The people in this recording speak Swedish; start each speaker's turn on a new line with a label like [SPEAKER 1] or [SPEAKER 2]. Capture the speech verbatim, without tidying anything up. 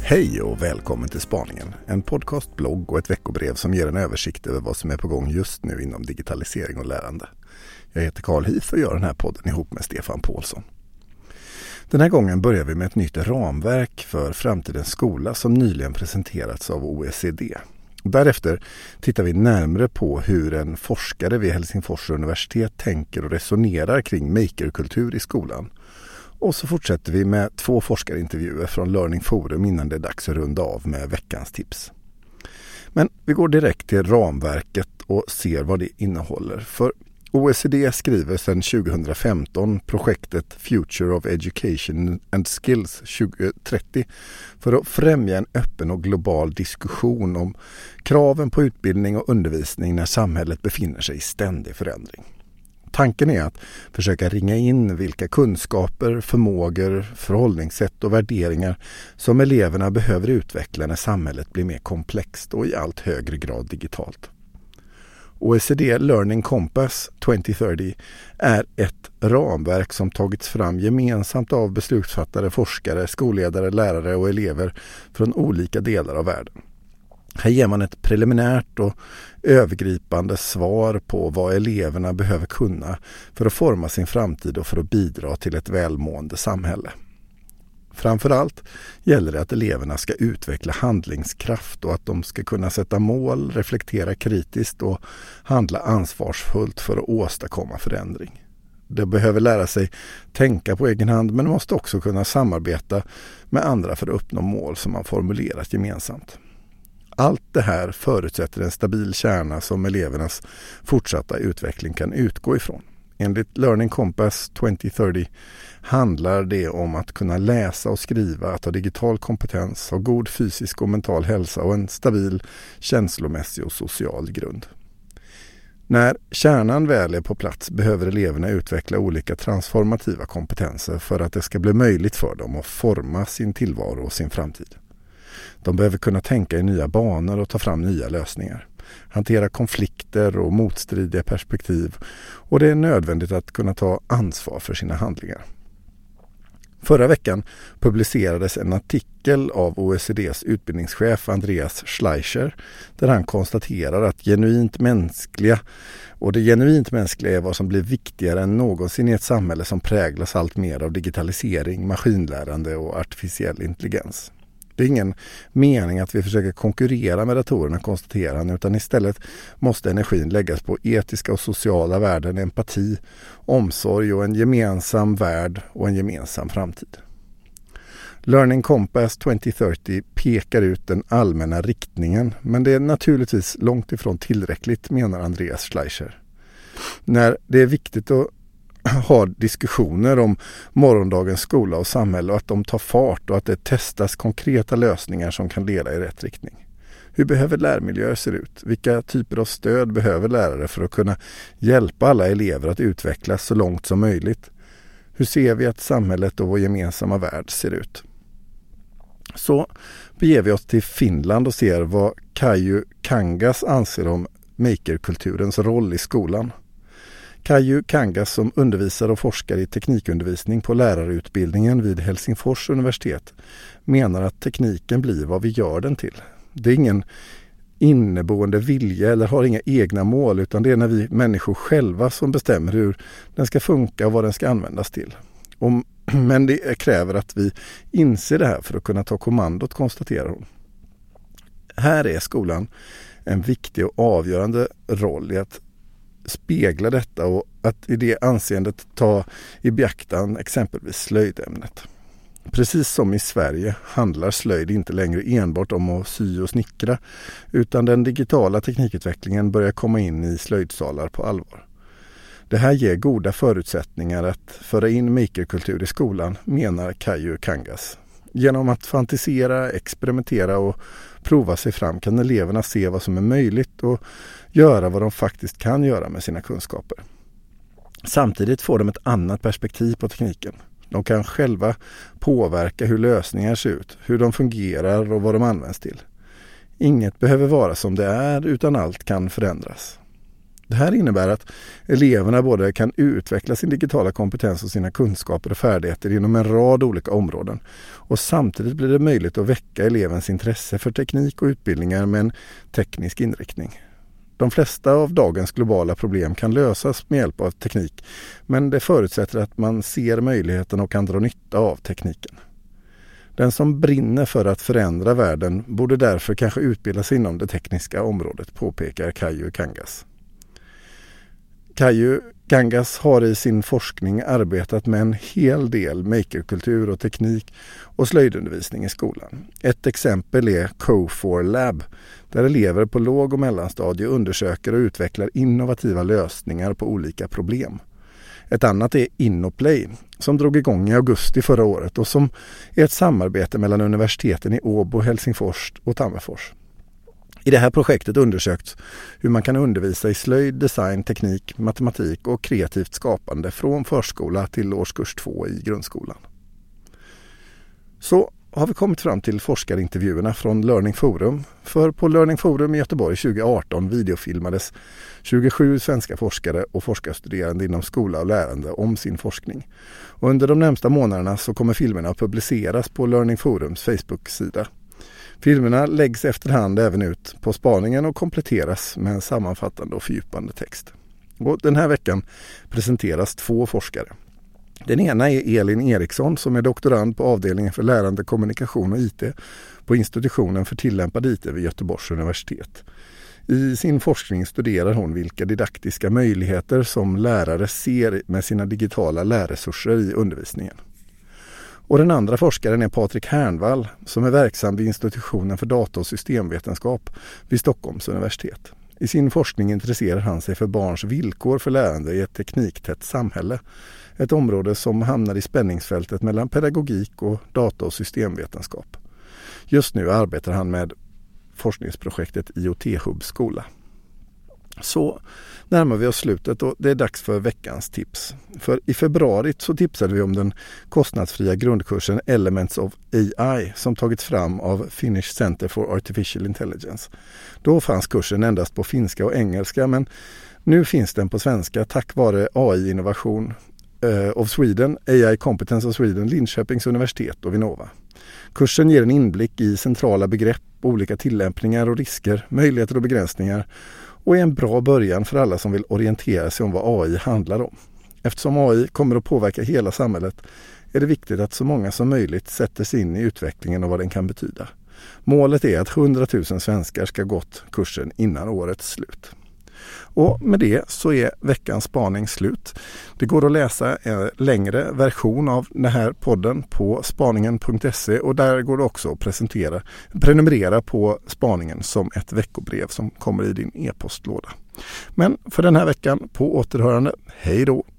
[SPEAKER 1] Hej och välkommen till Spaningen, en podcastblogg och ett veckobrev som ger en översikt över vad som är på gång just nu inom digitalisering och lärande. Jag heter Carl Hif och gör den här podden ihop med Stefan Paulsson. Den här gången börjar vi med ett nytt ramverk för framtidens skola som nyligen presenterats av O E C D. Därefter tittar vi närmare på hur en forskare vid Helsingfors universitet tänker och resonerar kring makerkultur i skolan. Och så fortsätter vi med två forskarintervjuer från Learning Forum innan det är dags att runda av med veckans tips. Men vi går direkt till ramverket och ser vad det innehåller. För O E C D skriver sedan tjugohundrafemton projektet Future of Education and Skills tjugohundratrettio för att främja en öppen och global diskussion om kraven på utbildning och undervisning när samhället befinner sig i ständig förändring. Tanken är att försöka ringa in vilka kunskaper, förmågor, förhållningssätt och värderingar som eleverna behöver utveckla när samhället blir mer komplext och i allt högre grad digitalt. O E C D Learning Compass tjugo trettio är ett ramverk som tagits fram gemensamt av beslutsfattare, forskare, skolledare, lärare och elever från olika delar av världen. Här ger man ett preliminärt och övergripande svar på vad eleverna behöver kunna för att forma sin framtid och för att bidra till ett välmående samhälle. Framförallt gäller det att eleverna ska utveckla handlingskraft och att de ska kunna sätta mål, reflektera kritiskt och handla ansvarsfullt för att åstadkomma förändring. De behöver lära sig tänka på egen hand men måste också kunna samarbeta med andra för att uppnå mål som man formulerat gemensamt. Allt det här förutsätter en stabil kärna som elevernas fortsatta utveckling kan utgå ifrån. Enligt Learning Compass tjugo trettio handlar det om att kunna läsa och skriva, att ha digital kompetens, ha god fysisk och mental hälsa och en stabil känslomässig och social grund. När kärnan väl är på plats behöver eleverna utveckla olika transformativa kompetenser för att det ska bli möjligt för dem att forma sin tillvaro och sin framtid. De behöver kunna tänka i nya banor och ta fram nya lösningar. Hantera konflikter och motstridiga perspektiv, och det är nödvändigt att kunna ta ansvar för sina handlingar. Förra veckan publicerades en artikel av O E C D:s utbildningschef Andreas Schleicher där han konstaterar att genuint mänskliga och det genuint mänskliga är vad som blir viktigare än någonsin i ett samhälle som präglas allt mer av digitalisering, maskinlärande och artificiell intelligens. Det är ingen mening att vi försöker konkurrera med datorerna, konstaterar han, utan istället måste energin läggas på etiska och sociala värden, empati, omsorg och en gemensam värld och en gemensam framtid. Learning Compass tjugo trettio pekar ut den allmänna riktningen, men det är naturligtvis långt ifrån tillräckligt, menar Andreas Schleicher. När det är viktigt att ha diskussioner om morgondagens skola och samhälle och att de tar fart och att det testas konkreta lösningar som kan leda i rätt riktning. Hur behöver lärmiljöer se ut? Vilka typer av stöd behöver lärare för att kunna hjälpa alla elever att utvecklas så långt som möjligt? Hur ser vi att samhället och vår gemensamma värld ser ut? Så beger vi oss till Finland och ser vad Kaiju Kangas anser om makerkulturens roll i skolan. Kaiju Kangas, som undervisar och forskar i teknikundervisning på lärarutbildningen vid Helsingfors universitet, menar att tekniken blir vad vi gör den till. Det är ingen inneboende vilja eller har inga egna mål, utan det är när vi människor själva som bestämmer hur den ska funka och vad den ska användas till. Och, men det kräver att vi inser det här för att kunna ta kommandot, konstaterar hon. Här är skolan en viktig och avgörande roll i att spegla detta och att i det anseendet ta i beaktan exempelvis slöjdämnet. Precis som i Sverige handlar slöjd inte längre enbart om att sy och snickra, utan den digitala teknikutvecklingen börjar komma in i slöjdsalar på allvar. Det här ger goda förutsättningar att föra in makerkultur i skolan, menar Kaiju Kangas. Genom att fantisera, experimentera och prova sig fram kan eleverna se vad som är möjligt och göra vad de faktiskt kan göra med sina kunskaper. Samtidigt får de ett annat perspektiv på tekniken. De kan själva påverka hur lösningar ser ut, hur de fungerar och vad de används till. Inget behöver vara som det är, utan allt kan förändras. Det här innebär att eleverna både kan utveckla sin digitala kompetens och sina kunskaper och färdigheter inom en rad olika områden. Och samtidigt blir det möjligt att väcka elevens intresse för teknik och utbildningar med en teknisk inriktning. De flesta av dagens globala problem kan lösas med hjälp av teknik, men det förutsätter att man ser möjligheten och kan dra nytta av tekniken. Den som brinner för att förändra världen borde därför kanske utbilda sig inom det tekniska området, påpekar Kaiju Kangas. Kaiju Kangas har i sin forskning arbetat med en hel del makerkultur och teknik och slöjdundervisning i skolan. Ett exempel är Co four Lab, där elever på låg- och mellanstadie undersöker och utvecklar innovativa lösningar på olika problem. Ett annat är InnoPlay, som drog igång i augusti förra året och som är ett samarbete mellan universiteten i Åbo, Helsingfors och Tammerfors. I det här projektet undersöks hur man kan undervisa i slöjd, design, teknik, matematik och kreativt skapande från förskola till årskurs två i grundskolan. Så har vi kommit fram till forskarintervjuerna från Learning Forum. För på Learning Forum i Göteborg tjugo arton videofilmades tjugosju svenska forskare och forskarstuderande inom skola och lärande om sin forskning. Och under de närmsta månaderna så kommer filmerna att publiceras på Learning Forums Facebook-sida. Filmerna läggs efterhand även ut på spaningen och kompletteras med en sammanfattande och fördjupande text. Och den här veckan presenteras två forskare. Den ena är Elin Eriksson som är doktorand på avdelningen för lärande, kommunikation och I T på institutionen för tillämpad I T vid Göteborgs universitet. I sin forskning studerar hon vilka didaktiska möjligheter som lärare ser med sina digitala lärresurser i undervisningen. Och den andra forskaren är Patrik Hernvall som är verksam vid institutionen för data- och systemvetenskap vid Stockholms universitet. I sin forskning intresserar han sig för barns villkor för lärande i ett tekniktätt samhälle. Ett område som hamnar i spänningsfältet mellan pedagogik och data- och systemvetenskap. Just nu arbetar han med forskningsprojektet I O T-hub skola. Så närmar vi oss slutet och det är dags för veckans tips. För i februari så tipsade vi om den kostnadsfria grundkursen Elements of A I som tagits fram av Finnish Center for Artificial Intelligence. Då fanns kursen endast på finska och engelska, men nu finns den på svenska tack vare A I-innovation uh, of Sweden, A I Competence of Sweden, Linköpings universitet och Vinnova. Kursen ger en inblick i centrala begrepp, olika tillämpningar och risker, möjligheter och begränsningar och är en bra början för alla som vill orientera sig om vad A I handlar om. Eftersom A I kommer att påverka hela samhället är det viktigt att så många som möjligt sätter sig in i utvecklingen och vad den kan betyda. Målet är att hundratusen svenskar ska gått kursen innan årets slut. Och med det så är veckans spaning slut. Det går att läsa en längre version av den här podden på spaningen punkt se och där går det också att presentera, prenumerera på spaningen som ett veckobrev som kommer i din e-postlåda. Men för den här veckan på återhörande, hej då!